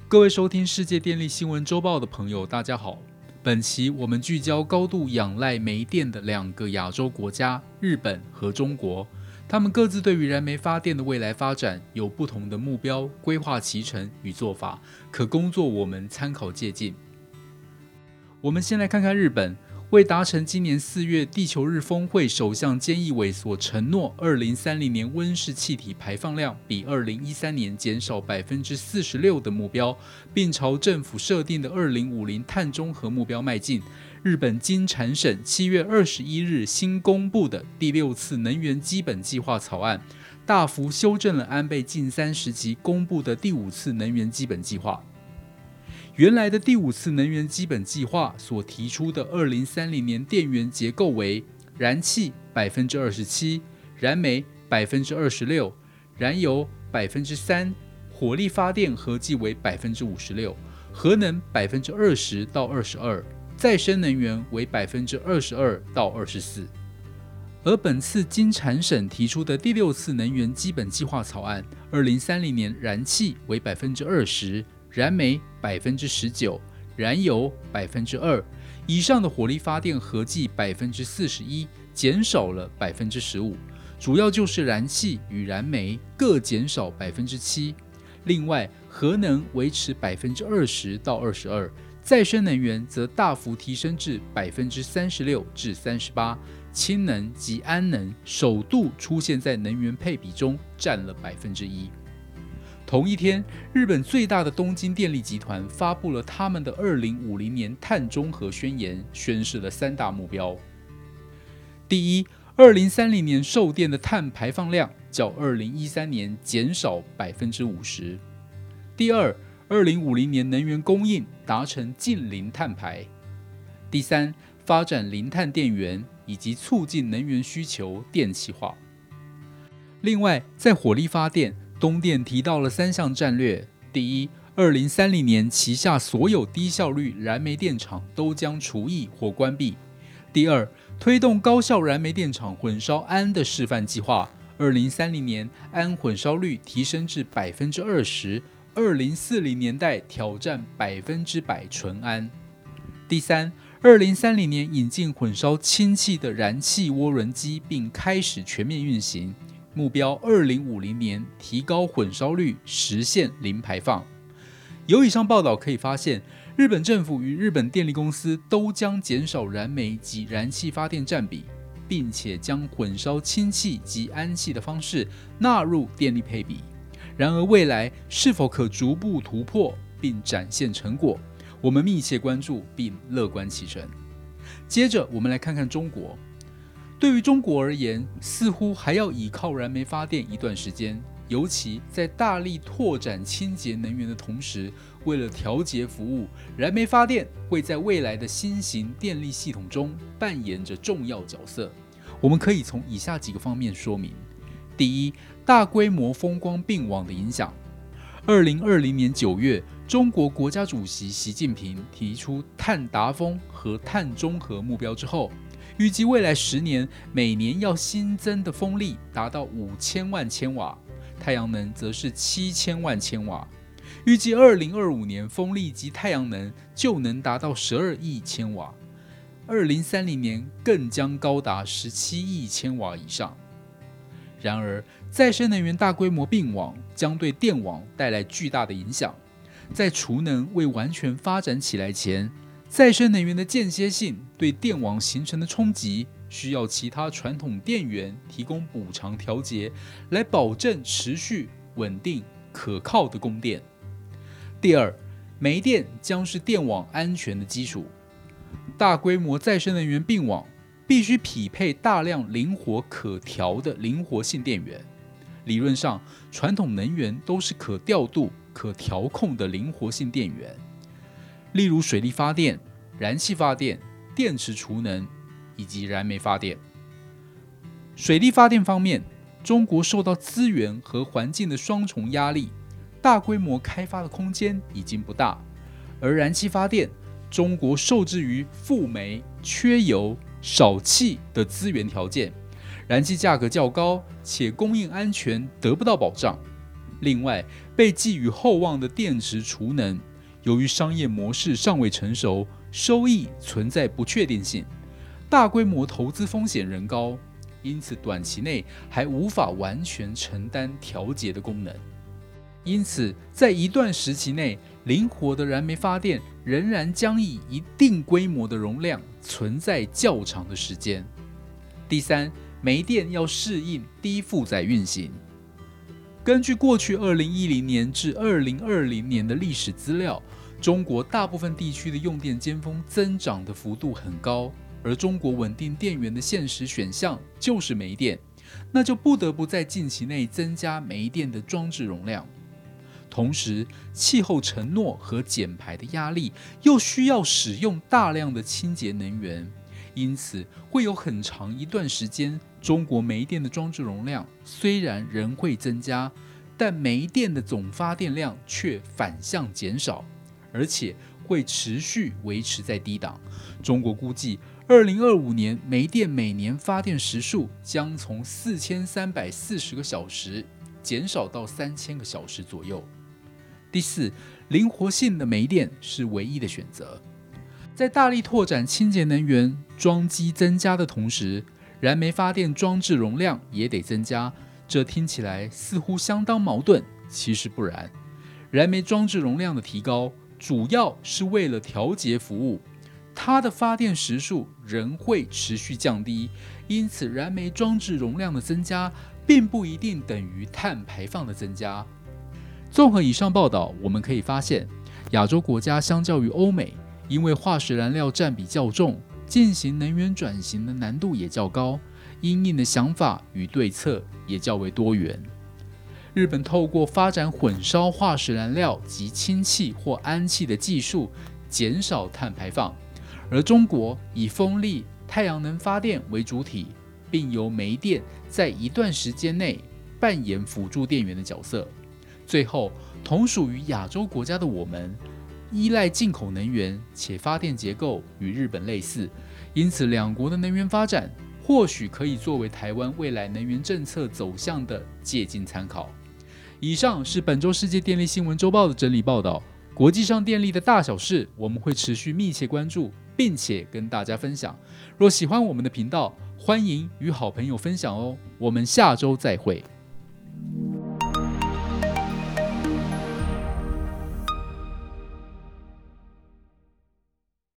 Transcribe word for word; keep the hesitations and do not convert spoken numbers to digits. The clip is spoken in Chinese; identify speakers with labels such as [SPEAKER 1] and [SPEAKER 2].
[SPEAKER 1] 各位收听世界电力新闻周报的朋友，大家好。本期我们聚焦高度仰赖煤电的两个亚洲国家日本和中国，他们各自对于燃煤发电的未来发展有不同的目标、规划期程与做法，可供作我们参考借鉴。我们先来看看日本，为达成今年四月地球日峰会首相菅义伟所承诺二零三零年温室气体排放量比二零一三年减少 百分之四十六 的目标，并朝政府设定的二零五零碳中和目标迈进，日本经产省七月二十一日新公布的第六次能源基本计划草案，大幅修正了安倍晋三时期公布的第五次能源基本计划。原来的第五次能源基本计划所提出的二零三零年电源结构为燃气 百分之二十七， 燃煤 百分之二十六， 燃油 百分之三， 火力发电合计为 百分之五十六， 核能 百分之二十到二十二， 再生能源为 百分之二十二到二十四。而本次经产省提出的第六次能源基本计划草案，二零三零年燃气为 百分之二十，燃煤 百分之十九， 燃油 百分之二， 以上的火力发电合计 百分之四十一， 减少了 百分之十五， 主要就是燃气与燃煤各减少 百分之七， 另外核能维持 百分之二十到二十二， 再生能源则大幅提升至 百分之三十六至三十八， 氢能及氨能首度出现在能源配比中，占了 百分之一。同一天，日本最大的东京电力集团发布了他们的二零五零年碳中和宣言，宣示了三大目标。第一，二零三零年售电的碳排放量较二零一三年减少 百分之五十。第二，二零五零年能源供应达成近零碳排。第三，发展零碳电源以及促进能源需求电气化。另外，在火力发电，东电提到了三项战略：第一，二零三零年旗下所有低效率燃煤电厂都将除役或关闭；第二，推动高效燃煤电厂混烧氨的示范计划，二零三零年氨混烧率提升至 百分之二十， 二零四零年代挑战百分之百纯氨；第三，二零三零年引进混烧氢气的燃气涡轮机，并开始全面运行。目标二零五零年提高混烧率，实现零排放。由以上报道可以发现，日本政府与日本电力公司都将减少燃煤及燃气发电占比，并且将混烧氢气及氨气的方式纳入电力配比。然而未来是否可逐步突破并展现成果，我们密切关注并乐观其成。接着我们来看看中国。对于中国而言，似乎还要倚靠燃煤发电一段时间，尤其在大力拓展清洁能源的同时，为了调节服务，燃煤发电会在未来的新型电力系统中扮演着重要角色。我们可以从以下几个方面说明：第一，大规模风光并网的影响。二零二零年九月，中国国家主席习近平提出碳达峰和碳中和目标之后，预计未来十年每年要新增的风力达到五千万千瓦，太阳能则是七千万千瓦。预计二零二五年风力及太阳能就能达到十二亿千瓦，二零三零年更将高达十七亿千瓦以上。然而，再生能源大规模并网将对电网带来巨大的影响。在储能未完全发展起来前，再生能源的间歇性对电网形成的冲击，需要其他传统电源提供补偿调节，来保证持续、稳定、可靠的供电。第二，煤电将是电网安全的基础。大规模再生能源并网必须匹配大量灵活可调的灵活性电源。理论上，传统能源都是可调度、可调控的灵活性电源，例如水力发电、燃气发电、电池储能以及燃煤发电。水力发电方面，中国受到资源和环境的双重压力，大规模开发的空间已经不大；而燃气发电，中国受制于富煤、缺油、少气的资源条件，燃气价格较高，且供应安全得不到保障。 另外，被寄予厚望的电池储能，由于商业模式尚未成熟，收益存在不确定性，大规模投资风险仍高，因此短期内还无法完全承担调节的功能。因此，在一段时期内，灵活的燃煤发电仍然将以一定规模的容量存在较长的时间。第三，煤电要适应低负载运行。根据过去二零一零年至二零二零年的历史资料，中国大部分地区的用电尖峰增长的幅度很高，而中国稳定电源的现实选项就是煤电，那就不得不在近期内增加煤电的装置容量。同时，气候承诺和减排的压力又需要使用大量的清洁能源，因此会有很长一段时间，中国煤电的装置容量虽然仍会增加，但煤电的总发电量却反向减少，而且会持续维持在低档。中国估计二零二五年煤电每年发电时数将从四千三百四十个小时减少到三千个小时左右。第四，灵活性的煤电是唯一的选择。在大力拓展清洁能源装机增加的同时，燃煤发电装置容量也得增加，这听起来似乎相当矛盾，其实不然。燃煤装置容量的提高，主要是为了调节服务，它的发电时数仍会持续降低，因此燃煤装置容量的增加，并不一定等于碳排放的增加。综合以上报道，我们可以发现，亚洲国家相较于欧美，因为化石燃料占比较重，进行能源转型的难度也较高，因应的想法与对策也较为多元。日本透过发展混烧化石燃料及氢气或氨气的技术，减少碳排放，而中国以风力、太阳能发电为主体，并由煤电在一段时间内扮演辅助电源的角色。最后，同属于亚洲国家的我们，依赖进口能源，且发电结构与日本类似，因此两国的能源发展或许可以作为台湾未来能源政策走向的借鉴参考。以上是本周世界电力新闻周报的整理报道，国际上电力的大小事，我们会持续密切关注，并且跟大家分享。若喜欢我们的频道，欢迎与好朋友分享哦。我们下周再会。